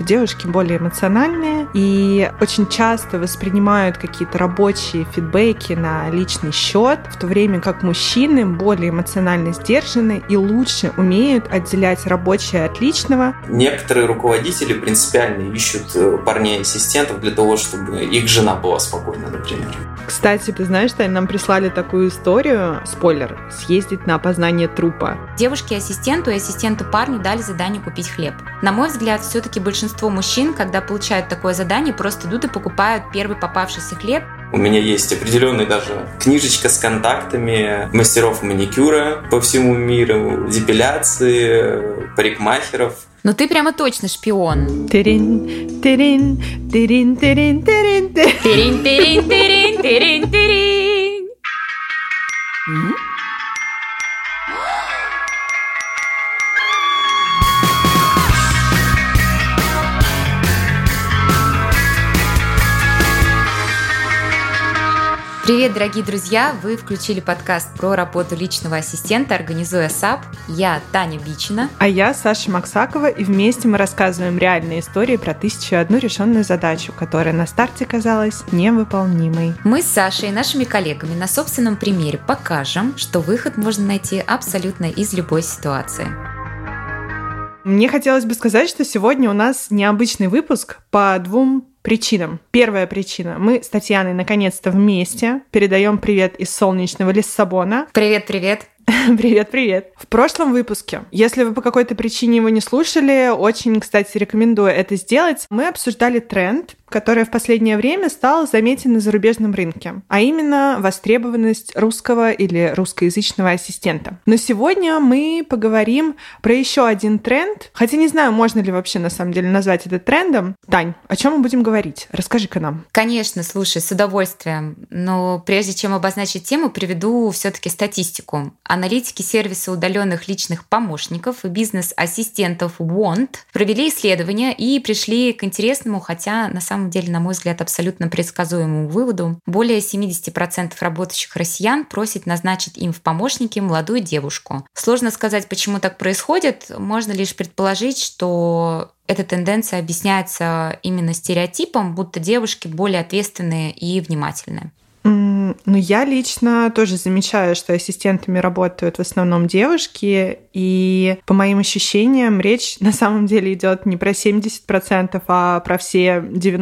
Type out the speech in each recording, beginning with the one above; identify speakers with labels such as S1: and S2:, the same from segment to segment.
S1: девушки более эмоциональные и очень часто воспринимают какие-то рабочие фидбэки на личный счет, в то время как мужчины более эмоционально сдержаны и лучше умеют отделять рабочее от личного.
S2: Некоторые руководители принципиально ищут парней-ассистентов для того, чтобы их жена была спокойна, например.
S1: Кстати, ты знаешь, Тань, нам прислали такую историю, спойлер, съездить на опознание трупа.
S3: Девушке-ассистенту и ассистенту-парню дали задание купить хлеб. На мой взгляд, все-таки большинство мужчин, когда получают такое задание, просто идут и покупают первый попавшийся хлеб.
S2: У меня есть определенная даже книжечка с контактами мастеров маникюра по всему миру, депиляции, парикмахеров.
S3: Ну ты прямо точно шпион.
S1: Тырин, тырин, тырин, тырин, тырин,
S3: тырин, тырин, тырин, тырин, тырин. Привет, дорогие друзья! Вы включили подкаст про работу личного ассистента «Организуя САП». Я Таня Бичина.
S1: А я Саша Максакова, и вместе мы рассказываем реальные истории про 1001 решенную задачу, которая на старте казалась невыполнимой.
S3: Мы с Сашей и нашими коллегами на собственном примере покажем, что выход можно найти абсолютно из любой ситуации.
S1: Мне хотелось бы сказать, что сегодня у нас необычный выпуск по двум причинам. Первая причина. Мы с Татьяной наконец-то вместе. Передаем привет из солнечного Лиссабона.
S3: Привет-привет.
S1: Привет-привет. В прошлом выпуске, если вы по какой-то причине его не слушали, очень, кстати, рекомендую это сделать, мы обсуждали тренд, который в последнее время стал заметен на зарубежном рынке, а именно востребованность русского или русскоязычного ассистента. Но сегодня мы поговорим про еще один тренд, хотя не знаю, можно ли вообще на самом деле назвать это трендом. Тань, о чем мы будем говорить? Расскажи-ка нам.
S3: Конечно, слушай, с удовольствием. Но прежде чем обозначить тему, приведу все-таки статистику. Аналитики сервиса удаленных личных помощников и бизнес-ассистентов Want провели исследование и пришли к интересному, хотя на самом деле, на мой взгляд, абсолютно предсказуемому выводу. Более 70% работающих россиян просят назначить им в помощники молодую девушку. Сложно сказать, почему так происходит. Можно лишь предположить, что эта тенденция объясняется именно стереотипом, будто девушки более ответственные и внимательные.
S1: Ну, я лично тоже замечаю, что ассистентами работают в основном девушки, и по моим ощущениям речь на самом деле идет не про 70%, а про все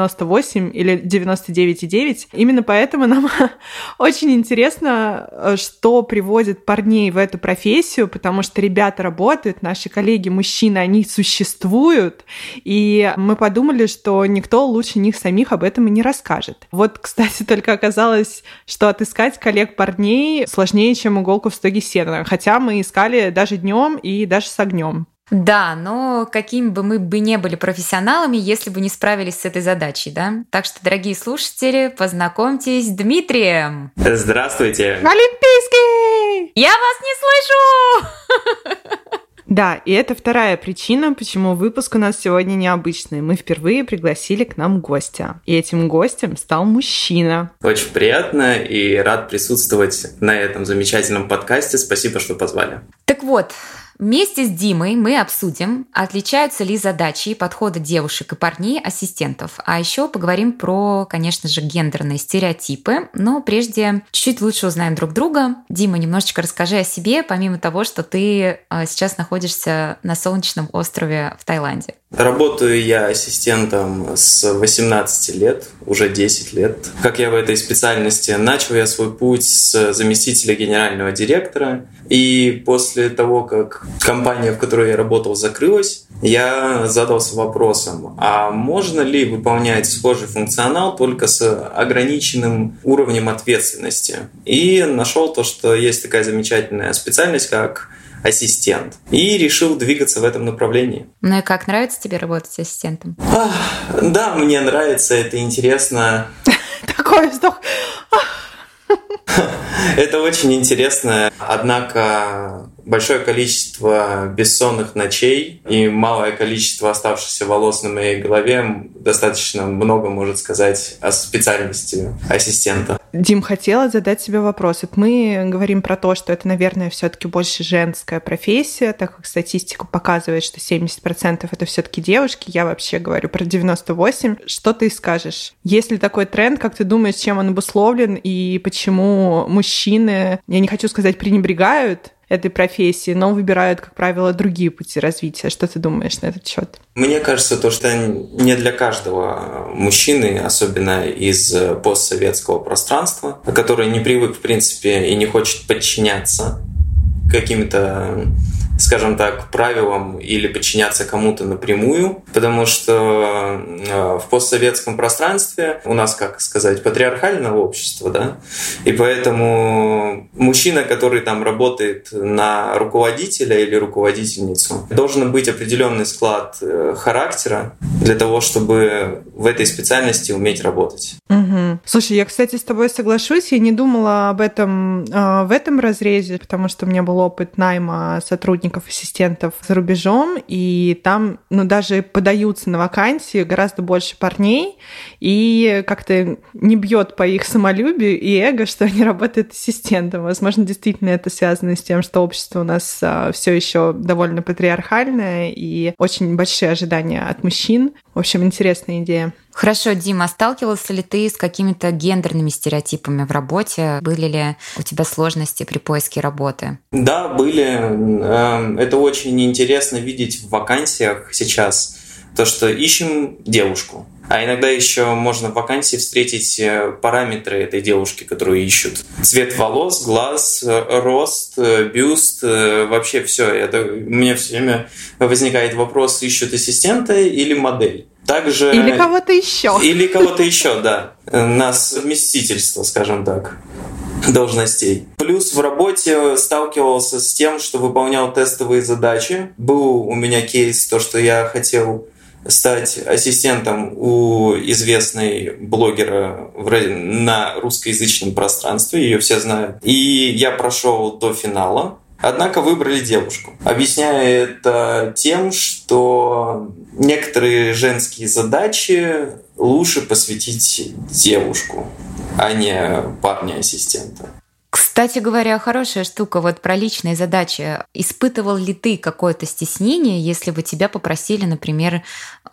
S1: 98 или 99,9%. Именно поэтому нам очень интересно, что приводит парней в эту профессию, потому что ребята работают, наши коллеги-мужчины, они существуют, и мы подумали, что никто лучше них самих об этом и не расскажет. Вот, кстати, только оказалось, что отыскать коллег-парней сложнее, чем иголку в стоге сена, хотя мы искали даже днем и даже с огнем.
S3: Да, но какими бы мы не были профессионалами, если бы не справились с этой задачей, да? Так что, дорогие слушатели, познакомьтесь с Дмитрием.
S2: Здравствуйте.
S1: Олимпийский!
S3: Я вас не слышу!
S1: Да, и это вторая причина, почему выпуск у нас сегодня необычный. Мы впервые пригласили к нам гостя. И этим гостем стал мужчина.
S2: Очень приятно и рад присутствовать на этом замечательном подкасте. Спасибо, что позвали.
S3: Так вот, вместе с Димой мы обсудим, отличаются ли задачи и подходы девушек и парней ассистентов. А еще поговорим про, конечно же, гендерные стереотипы. Но прежде чуть-чуть лучше узнаем друг друга. Дима, немножечко расскажи о себе, помимо того, что ты сейчас находишься на солнечном острове в Таиланде.
S2: Работаю я ассистентом с 18 лет, уже 10 лет. Как я в этой специальности? Начал я свой путь с заместителя генерального директора. И после того, как компания, в которой я работал, закрылась, я задался вопросом, а можно ли выполнять схожий функционал только с ограниченным уровнем ответственности? И нашел то, что есть такая замечательная специальность, как ассистент. И решил двигаться в этом направлении.
S3: Ну и как, нравится тебе работать ассистентом?
S2: Да, мне нравится, это интересно.
S1: Такой вздох.
S2: Это очень интересно, однако большое количество бессонных ночей и малое количество оставшихся волос на моей голове достаточно много может сказать о специальности ассистента.
S1: Дим, хотела задать себе вопрос. Вот мы говорим про то, что это, наверное, все-таки больше женская профессия, так как статистика показывает, что 70% это все-таки девушки. Я вообще говорю про 98%. Что ты скажешь? Есть ли такой тренд, как ты думаешь, чем он обусловлен и почему мужчины, я не хочу сказать, пренебрегают этой профессии, но выбирают, как правило, другие пути развития. Что ты думаешь на этот счет?
S2: Мне кажется, то, что не для каждого мужчины, особенно из постсоветского пространства, который не привык, в принципе, и не хочет подчиняться каким-то, скажем так, правилам или подчиняться кому-то напрямую, потому что в постсоветском пространстве у нас, как сказать, патриархальное общество, да, и поэтому мужчина, который там работает на руководителя или руководительницу, должен быть определенный склад характера для того, чтобы в этой специальности уметь работать.
S1: Угу. Слушай, я, кстати, с тобой соглашусь, я не думала об этом в этом разрезе, потому что у меня был опыт найма сотрудников, ассистентов за рубежом, и там, даже подаются на вакансии гораздо больше парней, и как-то не бьет по их самолюбию и эго, что они работают ассистентом. Возможно, действительно это связано с тем, что общество у нас все еще довольно патриархальное и очень большие ожидания от мужчин. В общем, интересная идея.
S3: Хорошо, Дима, сталкивался ли ты с какими-то гендерными стереотипами в работе? Были ли у тебя сложности при поиске работы?
S2: Да, были. Это очень интересно видеть в вакансиях сейчас. То, что ищем девушку. А иногда еще можно в вакансии встретить параметры этой девушки, которую ищут. Цвет волос, глаз, рост, бюст, вообще все. У меня все время возникает вопрос, ищут ассистента или модель. Также...
S1: Или кого-то еще.
S2: Или кого-то еще, да. На совместительство, скажем так, должностей. Плюс в работе сталкивался с тем, что выполнял тестовые задачи. Был у меня кейс, то, что я хотел стать ассистентом у известной блогера на русскоязычном пространстве, ее все знают. И я прошел до финала. Однако выбрали девушку. Объясняю это тем, что некоторые женские задачи лучше посвятить девушку, а не парня-ассистента.
S3: Кстати говоря, хорошая штука вот про личные задачи. Испытывал ли ты какое-то стеснение, если бы тебя попросили, например,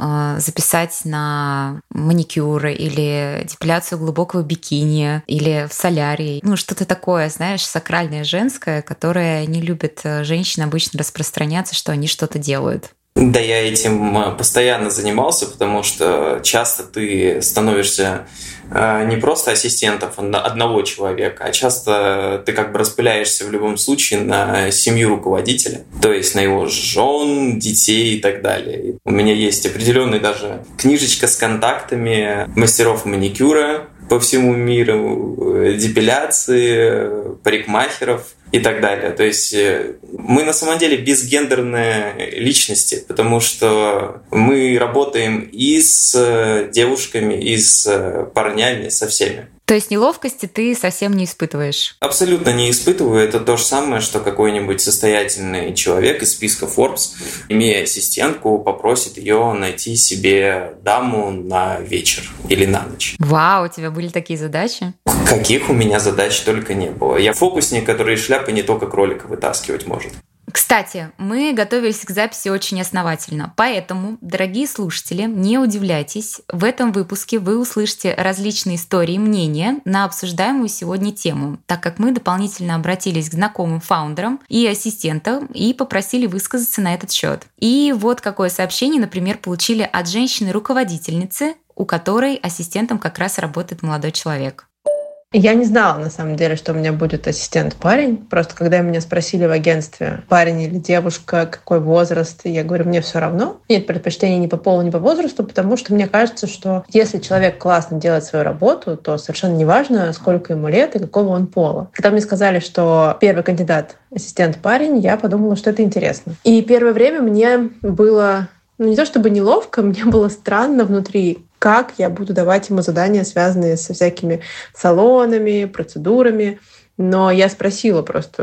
S3: записать на маникюр или депиляцию глубокого бикини или в солярий? Что-то такое, знаешь, сакральное женское, которое не любит женщин обычно распространяться, что они что-то делают.
S2: Да, я этим постоянно занимался, потому что часто ты становишься не просто ассистентом одного человека, а часто ты как бы распыляешься в любом случае на семью руководителя, то есть на его жен, детей и так далее. У меня есть определенная даже книжечка с контактами мастеров маникюра по всему миру, депиляции, парикмахеров и так далее. То есть мы на самом деле безгендерные личности, потому что мы работаем и с девушками, и с парнями, со всеми.
S3: То есть неловкости ты совсем не испытываешь?
S2: Абсолютно не испытываю. Это то же самое, что какой-нибудь состоятельный человек из списка Forbes, имея ассистентку, попросит ее найти себе даму на вечер или на ночь.
S3: Вау, у тебя были такие задачи?
S2: Каких у меня задач только не было. Я фокусник, который из шляпы не только кролика вытаскивать может.
S3: Кстати, мы готовились к записи очень основательно, поэтому, дорогие слушатели, не удивляйтесь, в этом выпуске вы услышите различные истории и мнения на обсуждаемую сегодня тему, так как мы дополнительно обратились к знакомым фаундерам и ассистентам и попросили высказаться на этот счет. И вот какое сообщение, например, получили от женщины-руководительницы, у которой ассистентом как раз работает молодой человек.
S4: Я не знала, на самом деле, что у меня будет ассистент-парень. Просто когда меня спросили в агентстве, парень или девушка, какой возраст, я говорю, мне все равно. Нет предпочтений ни по полу, ни по возрасту, потому что мне кажется, что если человек классно делает свою работу, то совершенно неважно, сколько ему лет и какого он пола. Когда мне сказали, что первый кандидат ассистент-парень, я подумала, что это интересно. И первое время мне было, не то чтобы неловко, мне было странно внутри, как я буду давать ему задания, связанные со всякими салонами, процедурами. Но я спросила просто,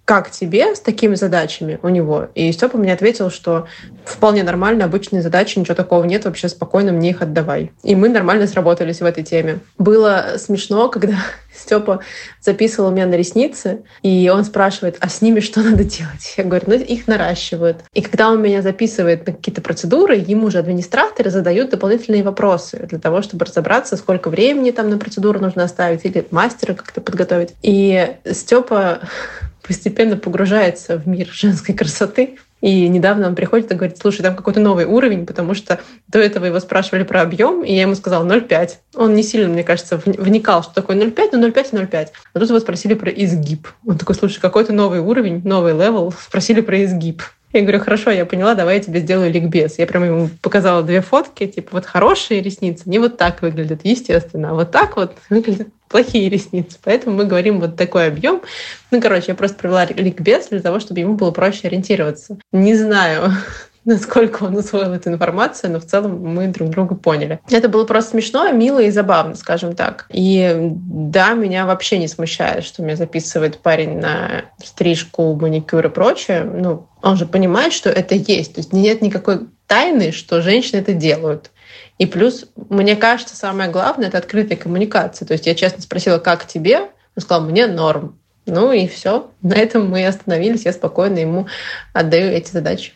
S4: как тебе с такими задачами у него? И Степа мне ответил, что вполне нормально, обычные задачи, ничего такого нет, вообще спокойно мне их отдавай. И мы нормально сработались в этой теме. Было смешно, когда Степа записывал меня на ресницы, и он спрашивает, а с ними что надо делать? Я говорю, их наращивают. И когда он меня записывает на какие-то процедуры, ему же администраторы задают дополнительные вопросы для того, чтобы разобраться, сколько времени там на процедуру нужно оставить или мастера как-то подготовить. И Степа постепенно погружается в мир женской красоты. И недавно он приходит и говорит, слушай, там какой-то новый уровень, потому что до этого его спрашивали про объем, и я ему сказала 0,5. Он не сильно, мне кажется, вникал, что такое 0,5, но 0,5 и 0,5. А тут его спросили про изгиб. Он такой, слушай, какой-то новый уровень, новый левел, спросили про изгиб. Я говорю, хорошо, я поняла, давай я тебе сделаю ликбез. Я прям ему показала 2 фотки, типа вот хорошие ресницы не вот так выглядят, естественно, а вот так вот выглядят плохие ресницы. Поэтому мы говорим вот такой объем. Я просто провела ликбез для того, чтобы ему было проще ориентироваться. Не знаю, насколько он усвоил эту информацию, но в целом мы друг друга поняли. Это было просто смешно, мило и забавно, скажем так. И да, меня вообще не смущает, что меня записывает парень на стрижку, маникюр и прочее. Он же понимает, что это есть. То есть нет никакой тайны, что женщины это делают. И плюс, мне кажется, самое главное — это открытая коммуникация. То есть я честно спросила, как тебе? Он сказал, мне норм. И все. На этом мы остановились. Я спокойно ему отдаю эти задачи.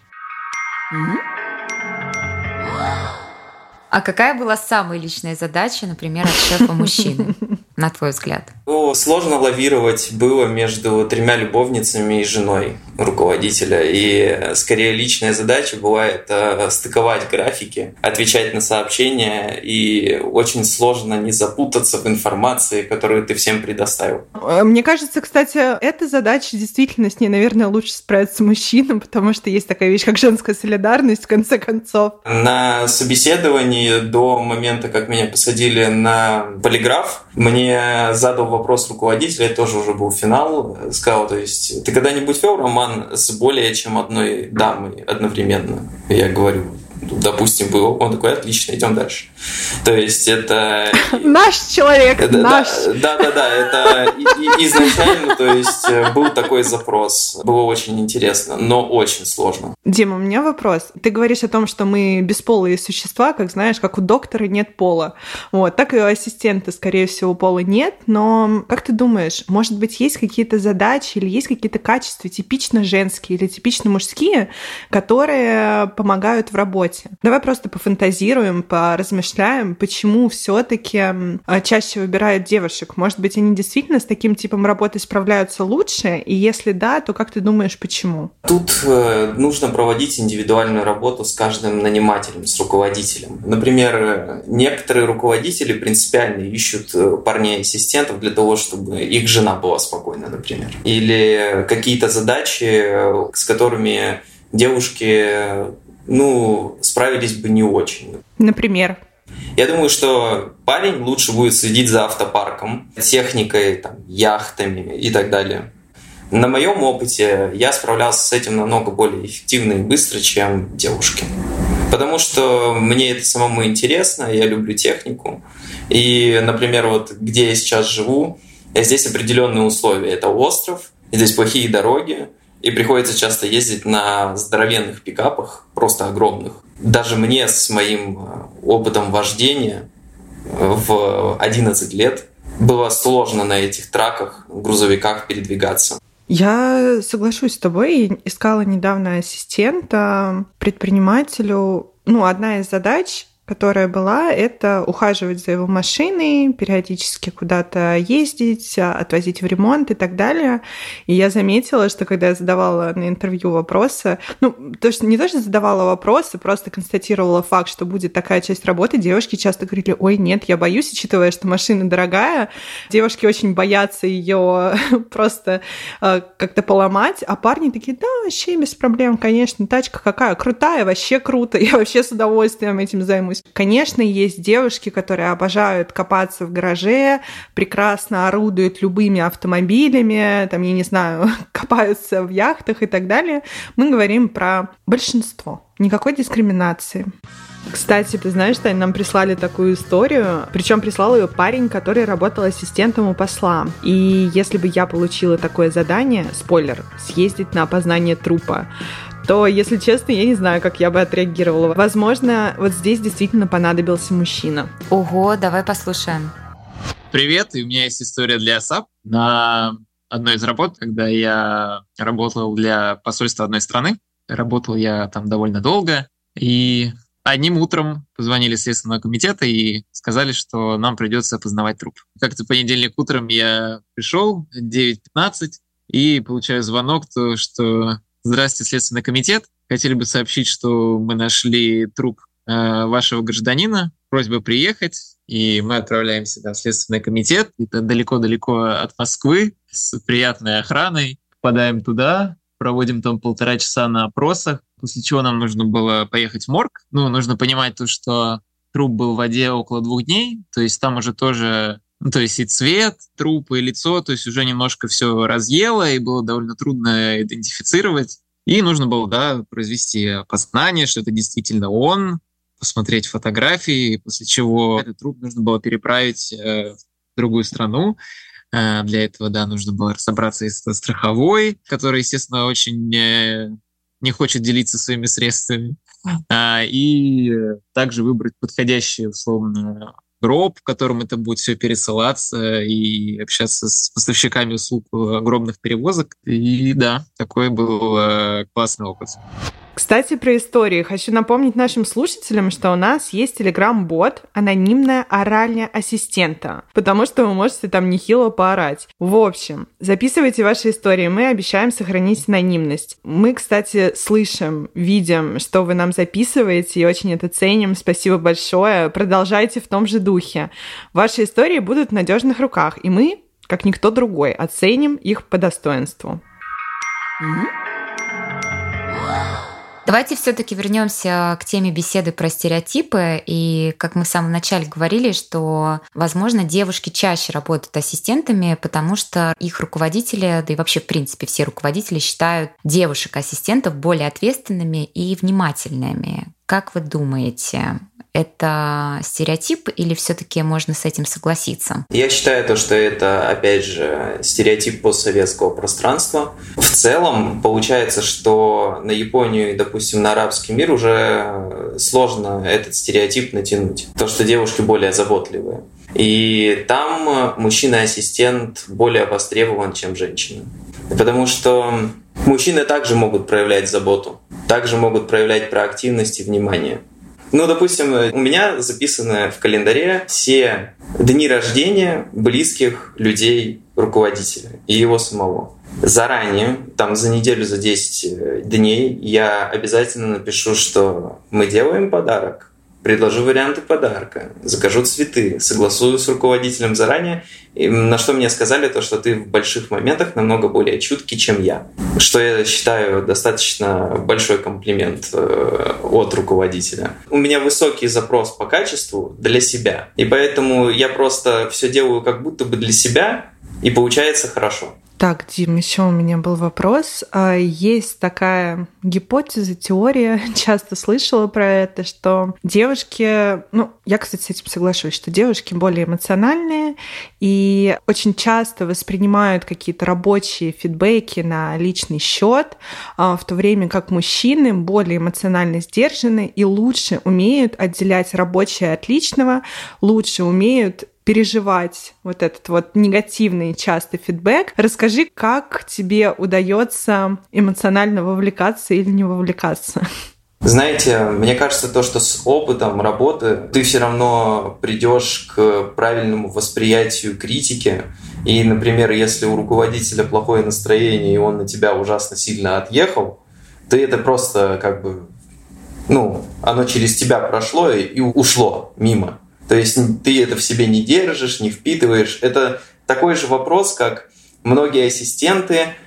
S3: А какая была самая личная задача, например, от шефа-мужчины, на твой взгляд?
S2: Сложно лавировать было между 3 любовницами и женой руководителя. И скорее личная задача была это стыковать графики, отвечать на сообщения, и очень сложно не запутаться в информации, которую ты всем предоставил.
S1: Мне кажется, кстати, эта задача действительно с ней, наверное, лучше справиться мужчинам, потому что есть такая вещь, как женская солидарность, в конце концов.
S2: На собеседовании до момента, как меня посадили на полиграф, мне задал вопрос руководитель, это тоже уже был финал, сказал, то есть, ты когда-нибудь вел роман с более чем одной дамой одновременно? Я говорю, допустим, был. Он такой, отлично, идем дальше. То есть это...
S1: Наш человек, наш.
S2: Да, это изначально, то есть был такой запрос. Было очень интересно, но очень сложно.
S1: Дима, у меня вопрос. Ты говоришь о том, что мы бесполые существа, как знаешь, как у доктора нет пола. Так и у ассистента, скорее всего, пола нет. Но как ты думаешь, может быть, есть какие-то задачи или есть какие-то качества типично женские или типично мужские, которые помогают в работе? Давай просто пофантазируем, поразмышляем, почему все-таки чаще выбирают девушек. Может быть, они действительно с таким типом работы справляются лучше? И если да, то как ты думаешь, почему?
S2: Тут нужно проводить индивидуальную работу с каждым нанимателем, с руководителем. Например, некоторые руководители принципиально ищут парней-ассистентов для того, чтобы их жена была спокойна, например. Или какие-то задачи, с которыми девушки справились бы не очень.
S1: Например?
S2: Я думаю, что парень лучше будет следить за автопарком, техникой, яхтами и так далее. На моем опыте я справлялся с этим намного более эффективно и быстро, чем девушки. Потому что мне это самому интересно, я люблю технику. И, например, где я сейчас живу, здесь определенные условия. Это остров, здесь плохие дороги, и приходится часто ездить на здоровенных пикапах, просто огромных. Даже мне с моим опытом вождения в 11 лет было сложно на этих траках, грузовиках передвигаться.
S1: Я соглашусь с тобой. Искала недавно ассистента предпринимателю. Одна из задач, которая была, это ухаживать за его машиной, периодически куда-то ездить, отвозить в ремонт и так далее. И я заметила, что когда я задавала на интервью вопросы, не то, что задавала вопросы, просто констатировала факт, что будет такая часть работы, девушки часто говорили, ой, нет, я боюсь, учитывая, что машина дорогая, девушки очень боятся ее просто как-то поломать, а парни такие, да, вообще без проблем, конечно, тачка какая крутая, вообще круто, я вообще с удовольствием этим займусь. столкнулась. Конечно, есть девушки, которые обожают копаться в гараже, прекрасно орудуют любыми автомобилями, там, я не знаю, копаются в яхтах и так далее. Мы говорим про большинство. Никакой дискриминации. Кстати, ты знаешь, Тань, нам прислали такую историю, причем прислал ее парень, который работал ассистентом у посла. И если бы я получила такое задание, спойлер, съездить на опознание трупа, то, если честно, я не знаю, как я бы отреагировала. Возможно, вот здесь действительно понадобился мужчина.
S3: Ого, давай послушаем.
S5: Привет, и у меня есть история для САП. На одной из работ, когда я работал для посольства одной страны, работал я там довольно долго, и одним утром позвонили с Следственного комитета и сказали, что нам придется опознавать труп. Как-то в понедельник утром я пришел, 9:15, и получаю звонок, что «Здравствуйте, Следственный комитет. Хотели бы сообщить, что мы нашли труп вашего гражданина. Просьба приехать». И мы отправляемся в Следственный комитет. Это далеко-далеко от Москвы, с приятной охраной. Попадаем туда, проводим там 1,5 часа на опросах, после чего нам нужно было поехать в морг. Нужно понимать то, что труп был в воде около 2 дней, то есть там уже тоже... то есть и цвет трупа, и лицо, то есть уже немножко все разъело, и было довольно трудно идентифицировать. И нужно было, произвести опознание, что это действительно он, посмотреть фотографии, после чего этот труп нужно было переправить в другую страну. Для этого, нужно было разобраться и со страховой, которая, естественно, очень не хочет делиться своими средствами, и также выбрать подходящий, условно, гроб, в котором это будет все пересылаться, и общаться с поставщиками услуг гробных перевозок. И такой был классный опыт.
S1: Кстати, про истории. Хочу напомнить нашим слушателям, что у нас есть телеграм-бот «Анонимная оральня ассистента», потому что вы можете там нехило поорать. В общем, записывайте ваши истории, мы обещаем сохранить анонимность. Мы, кстати, слышим, видим, что вы нам записываете, и очень это ценим. Спасибо большое. Продолжайте в том же духе. Ваши истории будут в надежных руках, и мы, как никто другой, оценим их по достоинству.
S3: Давайте все-таки вернемся к теме беседы про стереотипы. И, как мы в самом начале говорили, что, возможно, девушки чаще работают ассистентами, потому что их руководители, да и вообще, в принципе, все руководители считают девушек-ассистентов более ответственными и внимательными. Как вы думаете, это стереотип или все-таки можно с этим согласиться?
S2: Я считаю, что это, опять же, стереотип постсоветского пространства. В целом, получается, что на Японию и, допустим, на арабский мир уже сложно этот стереотип натянуть. То, что девушки более заботливые. И там мужчина-ассистент более востребован, чем женщина. Потому что мужчины также могут проявлять заботу, также могут проявлять проактивность и внимание. Допустим, у меня записаны в календаре все дни рождения близких людей руководителя и его самого. Заранее, за неделю, за 10 дней я обязательно напишу, что мы делаем подарок, предложу варианты подарка, закажу цветы, согласую с руководителем заранее, и на что мне сказали, что ты в больших моментах намного более чуткий, чем я. Что я считаю достаточно большой комплимент от руководителя. У меня высокий запрос по качеству для себя, и поэтому я просто все делаю как будто бы для себя, и получается хорошо.
S1: Так, Дим, еще у меня был вопрос. Есть такая гипотеза, теория, часто слышала про это, что девушки, я, кстати, с этим соглашусь, что девушки более эмоциональные и очень часто воспринимают какие-то рабочие фидбэки на личный счет, в то время как мужчины более эмоционально сдержаны и лучше умеют отделять рабочее от личного, лучше умеют переживать вот этот негативный частый фидбэк. Расскажи, как тебе удается эмоционально вовлекаться или не вовлекаться?
S2: Знаете, мне кажется, что с опытом работы ты все равно придешь к правильному восприятию критики. И, например, если у руководителя плохое настроение, и он на тебя ужасно сильно отъехал, ты это просто оно через тебя прошло и ушло мимо. То есть ты это в себе не держишь, не впитываешь. Это такой же вопрос, как многие ассистенты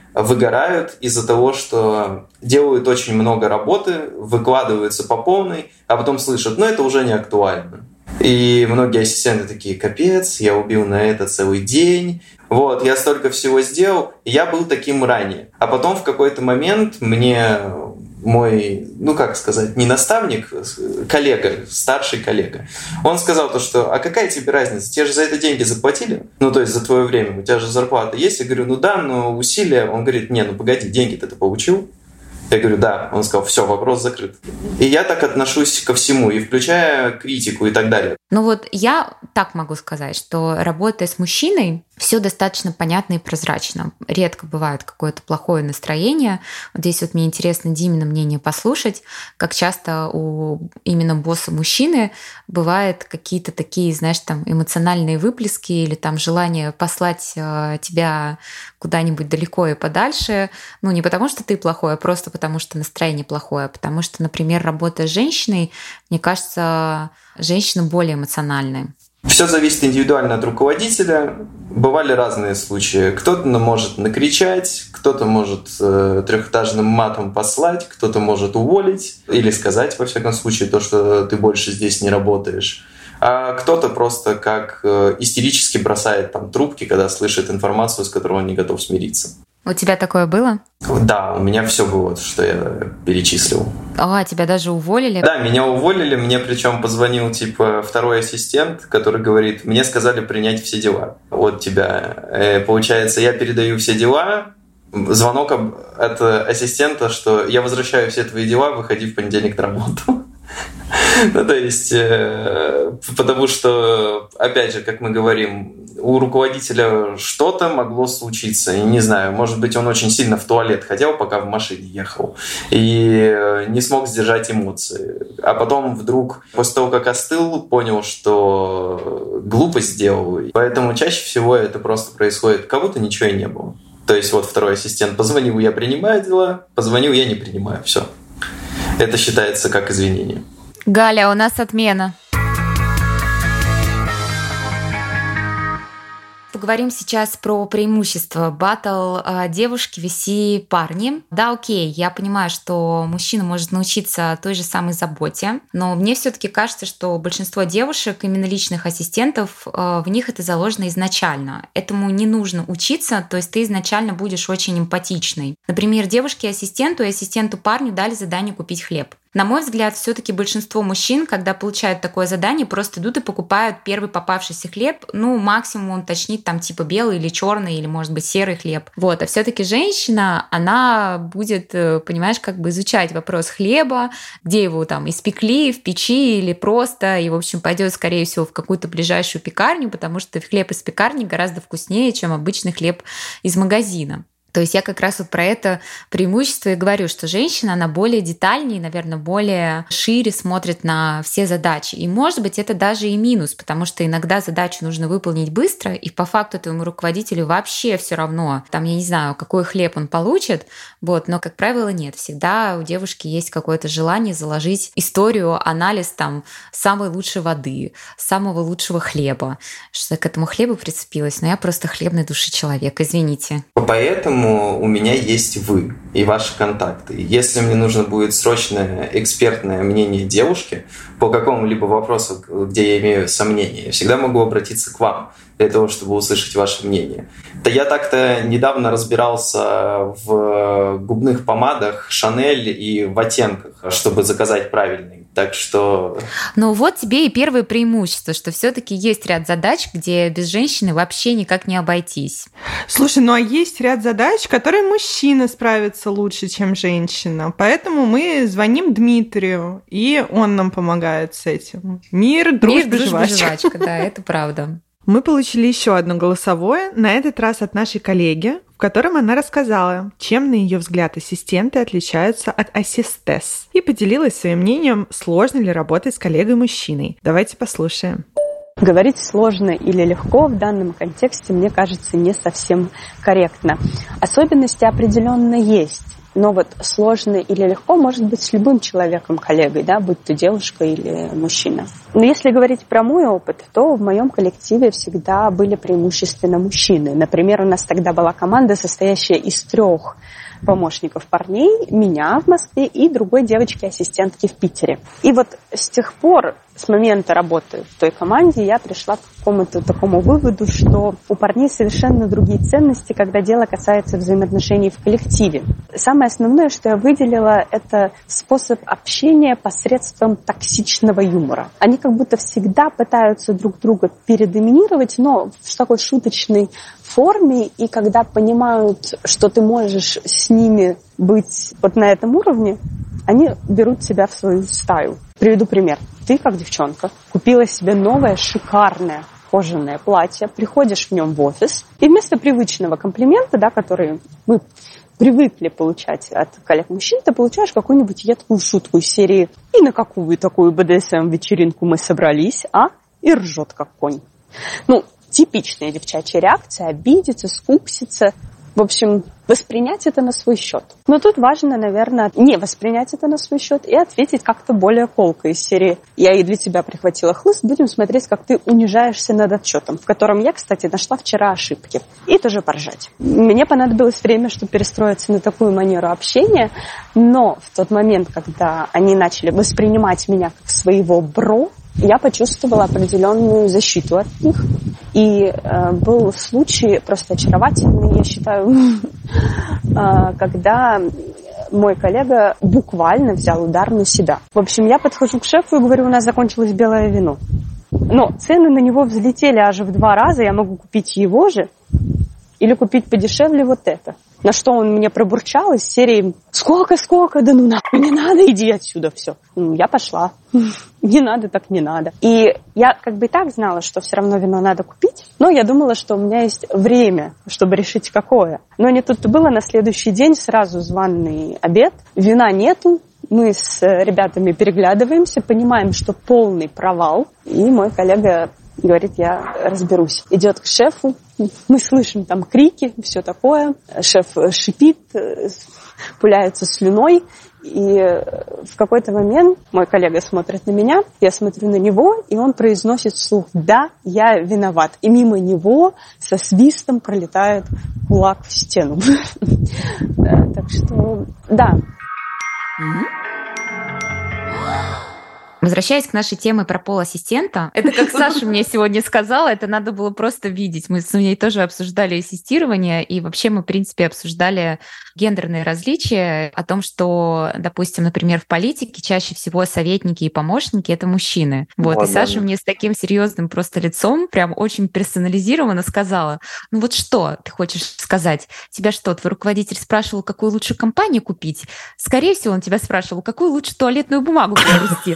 S2: выгорают из-за того, что делают очень много работы, выкладываются по полной, а потом слышат, это уже не актуально. И многие ассистенты такие: капец, я убил на это целый день, я столько всего сделал, и я был таким ранее. А потом в какой-то момент мне мой, не наставник, коллега, старший коллега, он сказал что, а какая тебе разница, тебе же за это деньги заплатили, то есть за твое время, у тебя же зарплата есть? Я говорю, да, но усилия. Он говорит, погоди, деньги-то ты получил? Я говорю, да. Он сказал, все, вопрос закрыт. И я так отношусь ко всему, и включая критику и так далее.
S3: Я так могу сказать, что работая с мужчиной, все достаточно понятно и прозрачно. Редко бывает какое-то плохое настроение. Здесь мне интересно Димина мнение послушать, как часто у именно босса мужчины бывают какие-то такие, эмоциональные выплески или желание послать тебя куда-нибудь далеко и подальше. Не потому, что ты плохой, а просто потому, что настроение плохое. Потому что, например, работая с женщиной, мне кажется, женщины более эмоциональные.
S2: Все зависит индивидуально от руководителя. Бывали разные случаи. Кто-то может накричать, кто-то может трехэтажным матом послать, кто-то может уволить или сказать, во всяком случае, то, что ты больше здесь не работаешь. А кто-то просто как истерически бросает трубки, когда слышит информацию, с которой он не готов смириться.
S3: У тебя такое было?
S2: Да, у меня все было, что я перечислил.
S3: Тебя даже уволили?
S2: Да, меня уволили. Мне причем позвонил второй ассистент, который говорит, мне сказали принять все дела от тебя. Получается, я передаю все дела. Звонок от ассистента, что я возвращаю все твои дела, выходи в понедельник на работу. То есть, потому что, опять же, как мы говорим, у руководителя что-то могло случиться. И не знаю, может быть, он очень сильно в туалет хотел, пока в машине ехал, и не смог сдержать эмоции. А потом вдруг, после того, как остыл, понял, что глупость сделал. Поэтому чаще всего это просто происходит, как будто ничего и не было. То есть второй ассистент позвонил, я принимаю дела, позвонил, я не принимаю. Все. Это считается как извинение.
S3: Галя, у нас отмена. Поговорим сейчас про преимущества баттл девушки vs парни. Да, окей, я понимаю, что мужчина может научиться той же самой заботе, но мне все-таки кажется, что большинство девушек, именно личных ассистентов, в них это заложено изначально. Этому не нужно учиться, то есть ты изначально будешь очень эмпатичной. Например, девушке-ассистенту и ассистенту парню дали задание купить хлеб. На мой взгляд, все-таки большинство мужчин, когда получают такое задание, просто идут и покупают первый попавшийся хлеб. Максимум он уточнит белый или черный, или, может быть, серый хлеб. А все-таки женщина, она будет, понимаешь, изучать вопрос хлеба, где его испекли, в печи или просто, и, в общем, пойдет, скорее всего, в какую-то ближайшую пекарню, потому что хлеб из пекарни гораздо вкуснее, чем обычный хлеб из магазина. То есть я как раз про это преимущество и говорю, что женщина, она более детальнее, наверное, более шире смотрит на все задачи. И, может быть, это даже и минус, потому что иногда задачу нужно выполнить быстро, и по факту твоему руководителю вообще все равно, я не знаю, какой хлеб он получит, но, как правило, нет. Всегда у девушки есть какое-то желание заложить историю, анализ самой лучшей воды, самого лучшего хлеба. Что к этому хлебу прицепилась, но я просто хлебной души человек, извините.
S2: Поэтому у меня есть вы и ваши контакты. Если мне нужно будет срочное экспертное мнение девушки по какому-либо вопросу, где я имею сомнения, я всегда могу обратиться к вам для того, чтобы услышать ваше мнение. Да я так-то недавно разбирался в губных помадах Шанель и в оттенках, чтобы заказать правильный. Так что...
S3: тебе и первое преимущество, что все-таки есть ряд задач, где без женщины вообще никак не обойтись.
S1: Слушай, а есть ряд задач, которые мужчина справится лучше, чем женщина. Поэтому мы звоним Дмитрию, и он нам помогает с этим. Мир, дружба, жвачка.
S3: Да, это правда.
S1: Мы получили еще одно голосовое, на этот раз от нашей коллеги, в котором она рассказала, чем, на ее взгляд, ассистенты отличаются от ассистес, и поделилась своим мнением, сложно ли работать с коллегой-мужчиной. Давайте послушаем.
S6: Говорить сложно или легко в данном контексте, мне кажется, не совсем корректно. Особенности определенно есть. Но вот сложно или легко может быть с любым человеком, коллегой, да, будь то девушка или мужчина. Но если говорить про мой опыт, то в моем коллективе всегда были преимущественно мужчины. Например, у нас тогда была команда, состоящая из 3 помощников парней, меня в Москве и другой девочки-ассистентки в Питере. И вот с тех пор, с момента работы в той команде, я пришла к какому-то такому выводу, что у парней совершенно другие ценности, когда дело касается взаимоотношений в коллективе. Самое основное, что я выделила, это способ общения посредством токсичного юмора. Они как будто всегда пытаются друг друга передоминировать, но в такой шуточной форме, и когда понимают, что ты можешь с ними быть вот на этом уровне, они берут тебя в свою стаю. Приведу пример. Ты, как девчонка, купила себе новое шикарное кожаное платье, приходишь в нем в офис, и вместо привычного комплимента, да, который мы привыкли получать от коллег-мужчин, ты получаешь какую-нибудь едкую шутку из серии «И на какую такую БДСМ-вечеринку мы собрались, а?» И ржет как конь. Ну, типичная девчачья реакция, обидеться, скукситься. В общем, воспринять это на свой счет. Но тут важно, наверное, не воспринять это на свой счет и ответить как-то более колко из серии «Я и для тебя прихватила хлыст, будем смотреть, как ты унижаешься над отчетом», в котором я, кстати, нашла вчера ошибки. И тоже поржать. Мне понадобилось время, чтобы перестроиться на такую манеру общения, но в тот момент, когда они начали воспринимать меня как своего бро, я почувствовала определенную защиту от них. И был случай просто очаровательный, я считаю, когда мой коллега буквально взял удар на себя. В общем, я подхожу к шефу и говорю, у нас закончилось белое вино. Но цены на него взлетели аж в 2 раза, я могу купить его же или купить подешевле вот это. На что он мне пробурчал из серии «Сколько? Да ну нахуй, не надо, иди отсюда, все». Я пошла. Не надо, так не надо. И я как бы и так знала, что все равно вино надо купить, но я думала, что у меня есть время, чтобы решить, какое. Но не тут-то было, на следующий день сразу званый обед, вина нету, мы с ребятами переглядываемся, понимаем, что полный провал, и мой коллега говорит, я разберусь. Идет к шефу, мы слышим там крики, все такое. Шеф шипит, пуляется слюной. И в какой-то момент мой коллега смотрит на меня, я смотрю на него, и он произносит вслух «Да, я виноват». И мимо него со свистом пролетает кулак в стену. Так что, да.
S3: Возвращаясь к нашей теме про пол-ассистента, это как Саша мне сегодня сказала, это надо было просто видеть. Мы с ней тоже обсуждали ассистирование, и вообще мы, в принципе, обсуждали гендерные различия, о том, что, допустим, например, в политике чаще всего советники и помощники — это мужчины. Вот, и Саша мне с таким серьезным просто лицом, прям очень персонализированно сказала, ну вот что ты хочешь сказать? Тебя что, твой руководитель спрашивал, какую лучше компанию купить? Скорее всего, он тебя спрашивал, какую лучше туалетную бумагу приобрести.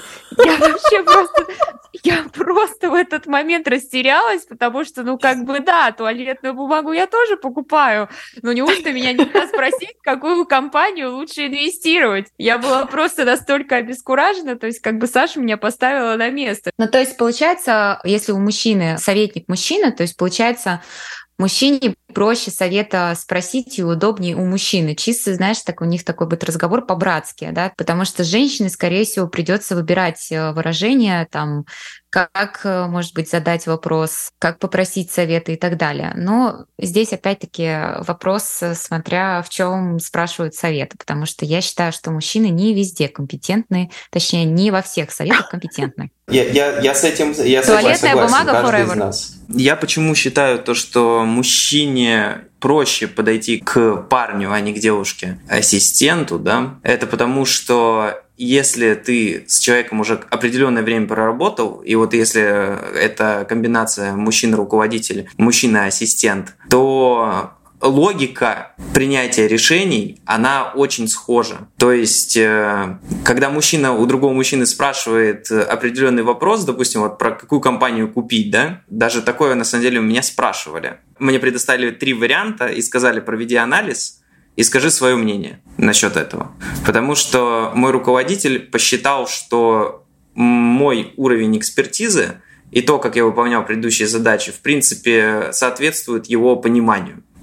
S3: Я просто в этот момент растерялась, потому что, да, туалетную бумагу я тоже покупаю, но неужто меня нельзя спросить, в какую компанию лучше инвестировать? Я была просто настолько обескуражена, то есть Саша меня поставила на место. Ну, то есть получается, если у мужчины советник мужчина, то есть получается, мужчине проще совета спросить и удобнее у мужчины. Чисто, знаешь, у них такой будет разговор по-братски, да, потому что женщине, скорее всего, придется выбирать выражения, как, может быть, задать вопрос, как попросить совета и так далее. Но здесь, опять-таки, вопрос, смотря в чем спрашивают советы, потому что я считаю, что мужчины не везде компетентны, точнее, не во всех советах компетентны.
S2: Я с этим согласен,
S3: бумага
S2: каждый из нас. Я почему считаю то, что мужчине проще подойти к парню, а не к девушке, ассистенту, да, это потому что если ты с человеком уже определенное время проработал, и вот если это комбинация мужчина-руководитель, мужчина-ассистент, то логика принятия решений, она очень схожа. То есть, когда мужчина у другого мужчины спрашивает определенный вопрос, допустим, вот про какую компанию купить, да, даже такое на самом деле у меня спрашивали. Мне предоставили 3 варианта и сказали, проведи анализ и скажи свое мнение насчет этого. Потому что мой руководитель посчитал, что мой уровень экспертизы и то, как я выполнял предыдущие задачи, в принципе, соответствует его пониманию.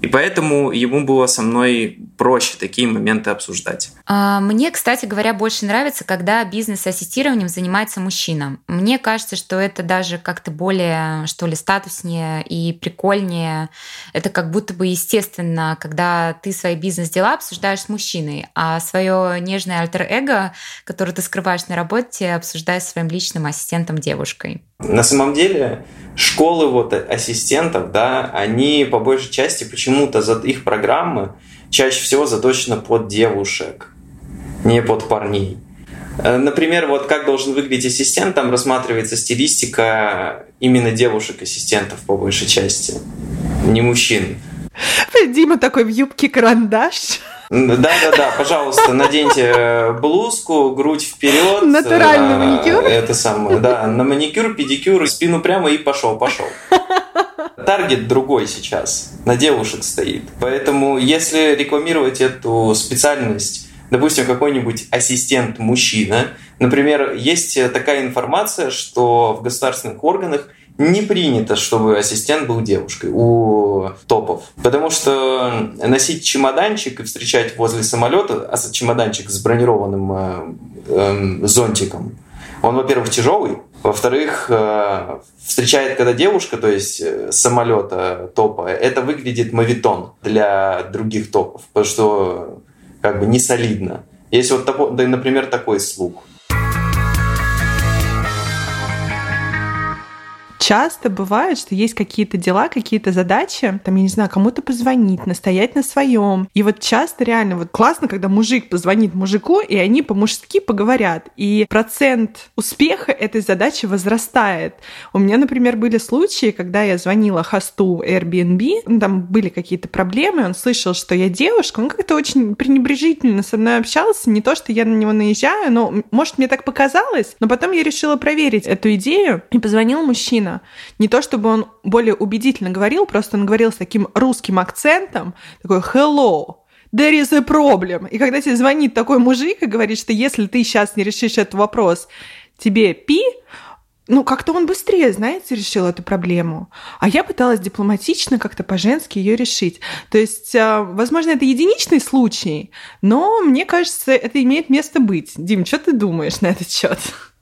S2: И поэтому ему было со мной проще такие моменты обсуждать.
S3: Мне, кстати говоря, больше нравится, когда бизнес-ассистированием занимается мужчина. Мне кажется, что это даже как-то более, что ли, статуснее и прикольнее. Это как будто бы естественно, когда ты свои бизнес-дела обсуждаешь с мужчиной, а свое нежное альтер-эго, которое ты скрываешь на работе, обсуждаешь с своим личным ассистентом-девушкой.
S2: На самом деле школы ассистентов, они по большей части почему-то их программы чаще всего заточены под девушек, не под парней. Например, как должен выглядеть ассистент, там рассматривается стилистика именно девушек-ассистентов по большей части, не мужчин.
S1: Дима такой в юбке карандаш.
S2: Да, пожалуйста, наденьте блузку, грудь вперед.
S1: Натуральный маникюр.
S2: Это самое, на маникюр, педикюр, спину прямо и пошел. Таргет другой сейчас, на девушек стоит. Поэтому если рекламировать эту специальность, допустим, какой-нибудь ассистент-мужчина, например, есть такая информация, что в государственных органах не принято, чтобы ассистент был девушкой у топов. Потому что носить чемоданчик и встречать возле самолета чемоданчик с бронированным зонтиком, он, во-первых, тяжелый, во-вторых, встречает когда девушка, то есть с самолета топа, это выглядит моветон для других топов, потому что не солидно. Есть например, такой слух.
S1: Часто бывает, что есть какие-то дела, какие-то задачи, там, я не знаю, кому-то позвонить, настоять на своем. И часто реально классно, когда мужик позвонит мужику, и они по-мужски поговорят. И процент успеха этой задачи возрастает. У меня, например, были случаи, когда я звонила хосту Airbnb, там были какие-то проблемы, он слышал, что я девушка, он как-то очень пренебрежительно со мной общался, не то, что я на него наезжаю, но, может, мне так показалось, но потом я решила проверить эту идею, и позвонил мужчина. Не то, чтобы он более убедительно говорил, просто он говорил с таким русским акцентом, такой «hello». There is a problem. И когда тебе звонит такой мужик и говорит, что если ты сейчас не решишь этот вопрос, тебе как-то он быстрее, знаете, решил эту проблему. А я пыталась дипломатично как-то по-женски ее решить. То есть, возможно, это единичный случай, но мне кажется, это имеет место быть. Дим, что ты думаешь на этот счет?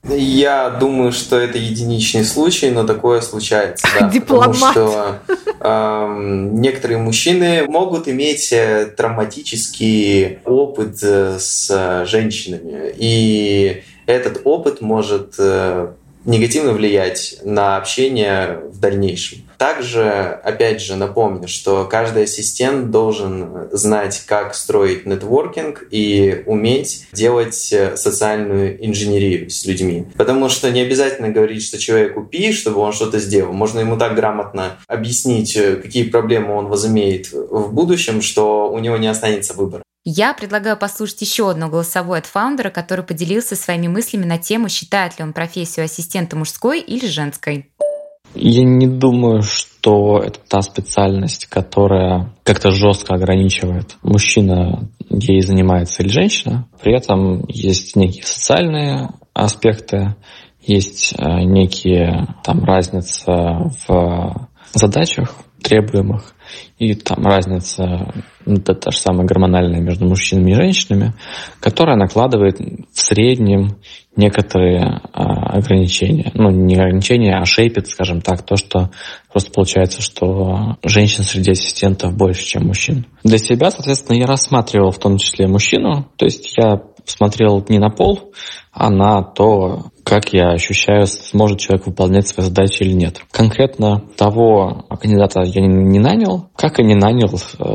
S2: Я думаю, что это единичный случай, но такое случается. Да,
S1: дипломат.
S2: Потому что некоторые мужчины могут иметь травматический опыт с женщинами. И этот опыт может негативно влиять на общение в дальнейшем. Также, опять же, напомню, что каждый ассистент должен знать, как строить нетворкинг и уметь делать социальную инженерию с людьми. Потому что не обязательно говорить, что человеку пи, чтобы он что-то сделал. Можно ему так грамотно объяснить, какие проблемы он возымеет в будущем, что у него не останется выбора.
S3: Я предлагаю послушать еще одно голосовое от фаундера, который поделился своими мыслями на тему, считает ли он профессию ассистента мужской или женской.
S7: Я не думаю, что это та специальность, которая как-то жестко ограничивает, мужчина ей занимается или женщина. При этом есть некие социальные аспекты, есть некие разница в задачах требуемых, и разница, та же самая гормональная между мужчинами и женщинами, которая накладывает в среднем некоторые ограничения. Не ограничения, а шейпит, скажем так, то, что просто получается, что женщин среди ассистентов больше, чем мужчин. Для себя, соответственно, я рассматривал в том числе мужчину, то есть я смотрел не на пол, а на то, как я ощущаю, сможет человек выполнять свои задачи или нет. Конкретно того кандидата я не нанял, как и не нанял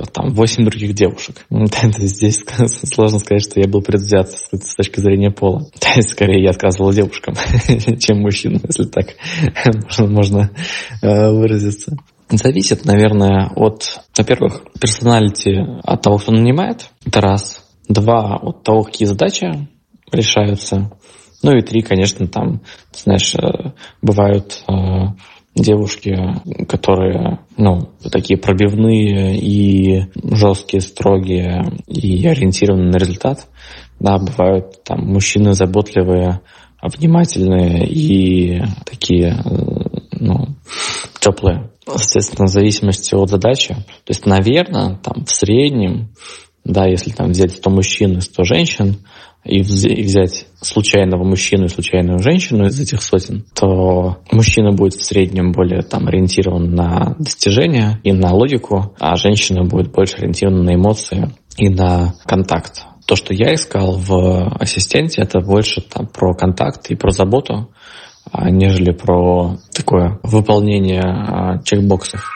S7: 8 других девушек. Здесь сложно сказать, что я был предвзят с точки зрения пола. То есть, скорее, я отказывал девушкам, чем мужчинам, если так можно выразиться. Зависит, наверное, от, во-первых, персоналити от того, кто нанимает. Это раз. 2, от того, какие задачи решаются. И 3, конечно, бывают девушки, которые, такие пробивные и жесткие, строгие и ориентированные на результат. Да, бывают мужчины заботливые, внимательные и такие, теплые. Соответственно, в зависимости от задачи. То есть, наверное, там в среднем, да, если там взять 100 мужчин и 100 женщин, и взять случайного мужчину и случайную женщину из этих сотен, то мужчина будет в среднем более там ориентирован на достижения и на логику, а женщина будет больше ориентирована на эмоции и на контакт. То, что я искал в ассистенте, это больше там про контакт и про заботу, нежели про такое выполнение чекбоксов.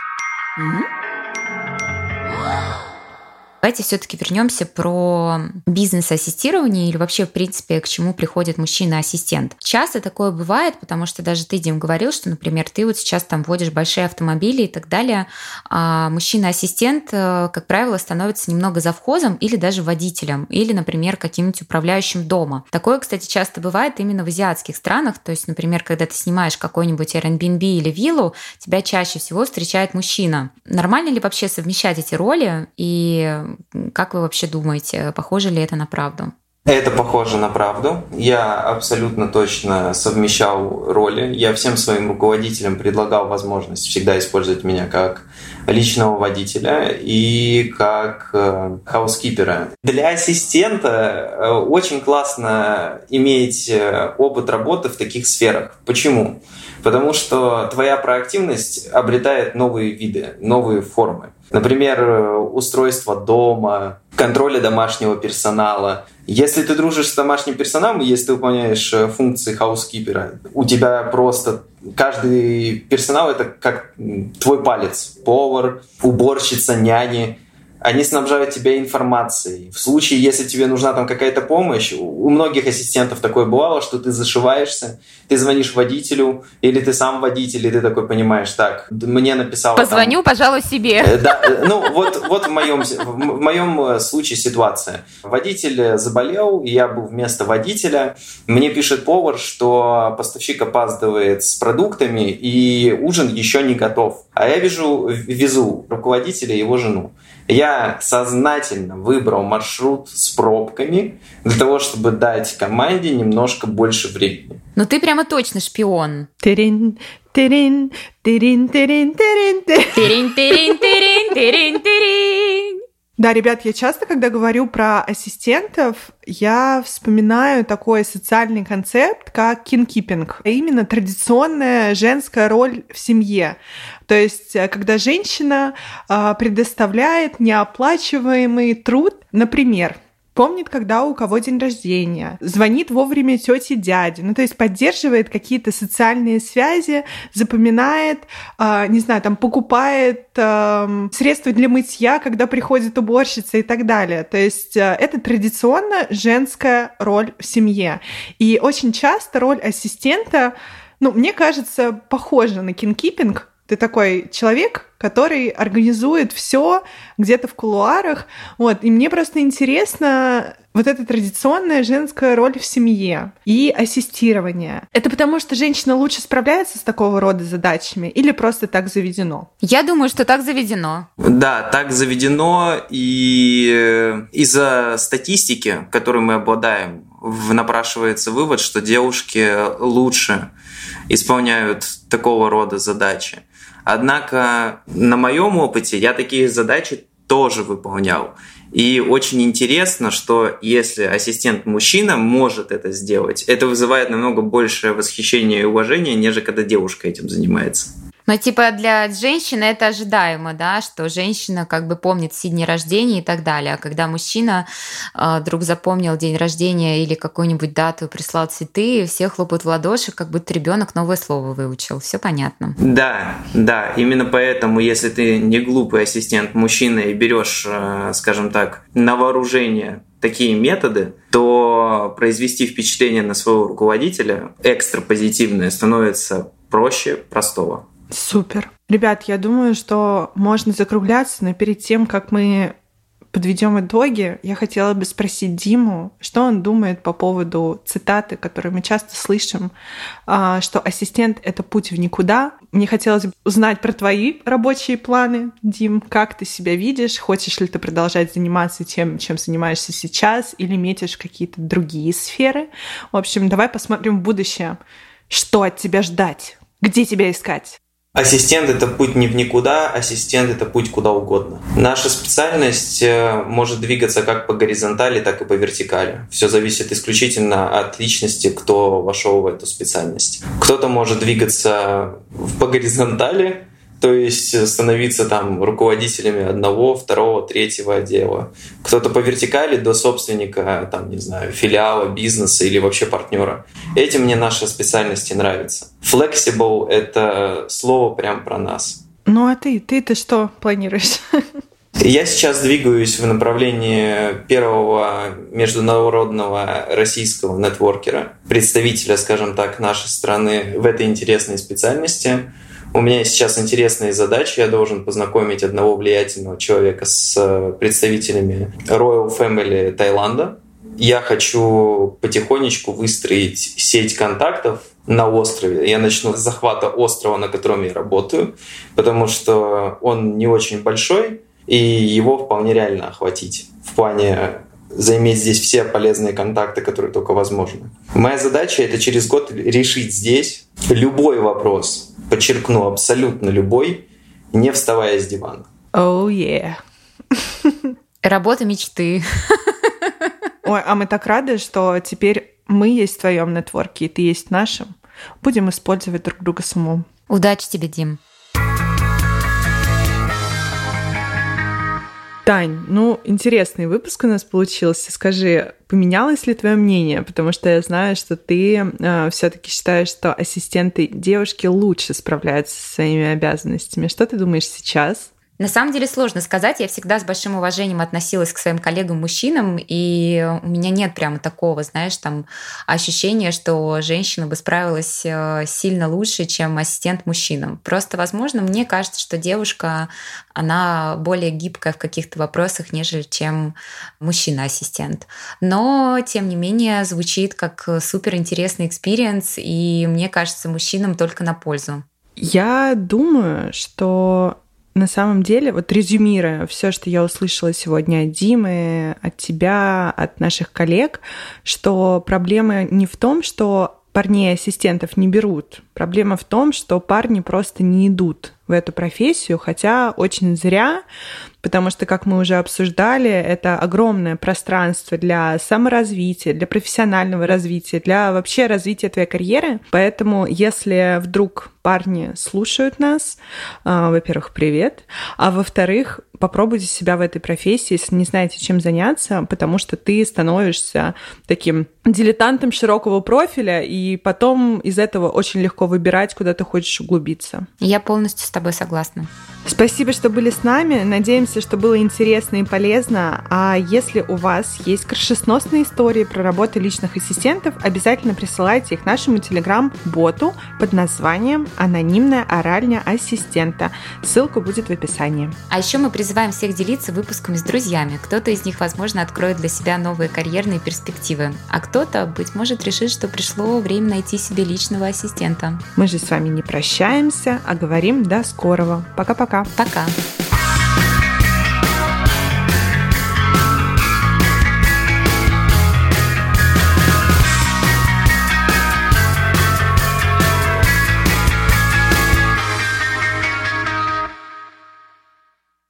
S3: Давайте все-таки вернемся про бизнес-ассистирование или вообще, в принципе, к чему приходит мужчина-ассистент. Часто такое бывает, потому что даже ты, Дим, говорил, что, например, ты вот сейчас там водишь большие автомобили и так далее, а мужчина-ассистент, как правило, становится немного завхозом или даже водителем, или, например, каким-нибудь управляющим дома. Такое, кстати, часто бывает именно в азиатских странах, то есть, например, когда ты снимаешь какой-нибудь Airbnb или виллу, тебя чаще всего встречает мужчина. Нормально ли вообще совмещать эти роли и как вы вообще думаете, похоже ли это на правду?
S2: Это похоже на правду. Я абсолютно точно совмещал роли. Я всем своим руководителям предлагал возможность всегда использовать меня как личного водителя и как хаускипера. Для ассистента очень классно иметь опыт работы в таких сферах. Почему? Потому что твоя проактивность обретает новые виды, новые формы. Например, устройство дома, контроля домашнего персонала. Если ты дружишь с домашним персоналом, если ты выполняешь функции хаускипера, у тебя просто каждый персонал — это как твой палец. Повар, уборщица, няни. Они снабжают тебя информацией. В случае, если тебе нужна там какая-то помощь, у многих ассистентов такое бывало, что ты зашиваешься, ты звонишь водителю, или ты сам водитель, и ты такой понимаешь, так, мне написал...
S3: Позвоню, пожалуй, себе.
S2: Да, ну вот в моем случае ситуация. Водитель заболел, я был вместо водителя. Мне пишет повар, что поставщик опаздывает с продуктами, и ужин еще не готов. А я везу руководителя и его жену. Я сознательно выбрал маршрут с пробками для того, чтобы дать команде немножко больше времени.
S3: Ну ты прямо точно шпион.
S1: Тырин, тырин, тырин, тырин, тырин,
S3: тырин, тырин, тырин, тырин, тырин.
S1: Да, ребят, я часто, когда говорю про ассистентов, я вспоминаю такой социальный концепт, как кинкипинг. А именно традиционная женская роль в семье. То есть, когда женщина предоставляет неоплачиваемый труд, например, помнит, когда у кого день рождения, звонит вовремя тете, дяде, ну, то есть поддерживает какие-то социальные связи, запоминает, не знаю, там, покупает средства для мытья, когда приходит уборщица и так далее. То есть это традиционно женская роль в семье. И очень часто роль ассистента, ну, мне кажется, похожа на кинкипинг. Ты такой человек, который организует все где-то в кулуарах. Вот. И мне просто интересно вот эта традиционная женская роль в семье и ассистирование. Это потому, что женщина лучше справляется с такого рода задачами или просто так заведено?
S3: Я думаю, что так заведено.
S2: Да, так заведено, и из-за статистики, которой мы обладаем, напрашивается вывод, что девушки лучше исполняют такого рода задачи. Однако на моем опыте я такие задачи тоже выполнял. И очень интересно, что если ассистент-мужчина может это сделать, это вызывает намного большее восхищение и уважение, нежели когда девушка этим занимается.
S3: Но типа для женщины это ожидаемо, да, что женщина как бы помнит все дни рождения и так далее. А когда мужчина вдруг запомнил день рождения или какую-нибудь дату и прислал цветы, все хлопают в ладоши, как будто ребенок новое слово выучил. Все понятно.
S2: Да, именно поэтому, если ты не глупый ассистент мужчина и берешь, скажем так, на вооружение такие методы, то произвести впечатление на своего руководителя экстра позитивное становится проще простого.
S1: Супер. Ребят, я думаю, что можно закругляться, но перед тем, как мы подведем итоги, я хотела бы спросить Диму, что он думает по поводу цитаты, которую мы часто слышим, что ассистент — это путь в никуда. Мне хотелось бы узнать про твои рабочие планы, Дим. Как ты себя видишь? Хочешь ли ты продолжать заниматься тем, чем занимаешься сейчас, или метишь какие-то другие сферы? В общем, давай посмотрим в будущее. Что от тебя ждать? Где тебя искать?
S2: Ассистент — это путь не в никуда, ассистент — это путь куда угодно. Наша специальность может двигаться как по горизонтали, так и по вертикали. Все зависит исключительно от личности, кто вошел в эту специальность. Кто-то может двигаться по горизонтали, то есть становиться там руководителями одного, второго, третьего отдела. Кто-то по вертикали до собственника, там, не знаю, филиала, бизнеса или вообще партнера. Этим мне наша специальность и нравится. Flexible — это слово прям про нас.
S1: Ну а ты-то что планируешь?
S2: Я сейчас двигаюсь в направлении первого международного российского нетворкера, представителя, скажем так, нашей страны в этой интересной специальности. У меня сейчас интересные задачи. Я должен познакомить одного влиятельного человека с представителями Royal Family Таиланда. Я хочу потихонечку выстроить сеть контактов на острове. Я начну с захвата острова, на котором я работаю, потому что он не очень большой, и его вполне реально охватить в плане заиметь здесь все полезные контакты, которые только возможны. Моя задача — это через год решить здесь любой вопрос, подчеркну, абсолютно любой, не вставая с дивана.
S1: Oh yeah.
S3: Работа мечты.
S1: Ой, а мы так рады, что теперь мы есть в твоем нетворке, и ты есть в нашем. Будем использовать друг друга с умом.
S3: Удачи тебе, Дим.
S1: Тань, ну, интересный выпуск у нас получился. Скажи, поменялось ли твое мнение? Потому что я знаю, что ты все-таки считаешь, что ассистенты девушки лучше справляются со своими обязанностями. Что ты думаешь сейчас?
S3: На самом деле сложно сказать. Я всегда с большим уважением относилась к своим коллегам-мужчинам, и у меня нет прямо такого, знаешь, там ощущения, что женщина бы справилась сильно лучше, чем ассистент мужчинам. Просто, возможно, мне кажется, что девушка, она более гибкая в каких-то вопросах, нежели чем мужчина-ассистент. Но, тем не менее, звучит как суперинтересный экспириенс, и мне кажется, мужчинам только на пользу.
S1: Я думаю, что на самом деле, вот резюмируя все, что я услышала сегодня от Димы, от тебя, от наших коллег, что проблема не в том, что парней-ассистентов не берут. Проблема в том, что парни просто не идут в эту профессию, хотя очень зря, потому что, как мы уже обсуждали, это огромное пространство для саморазвития, для профессионального развития, для вообще развития твоей карьеры. Поэтому, если вдруг парни слушают нас, во-первых, привет, а во-вторых, попробуйте себя в этой профессии, если не знаете, чем заняться, потому что ты становишься таким дилетантом широкого профиля, и потом из этого очень легко выбирать, куда ты хочешь углубиться.
S3: Я полностью с тобой согласна.
S1: Спасибо, что были с нами. Надеемся, что было интересно и полезно. А если у вас есть крышесносные истории про работу личных ассистентов, обязательно присылайте их нашему телеграм-боту под названием «Анонимная оральня ассистента». Ссылка будет в описании.
S3: А еще мы призываем всех делиться выпусками с друзьями. Кто-то из них, возможно, откроет для себя новые карьерные перспективы, а кто-то, быть может, решит, что пришло время найти себе личного ассистента.
S1: Мы же с вами не прощаемся, а говорим до скорого. Пока-пока.
S3: Пока.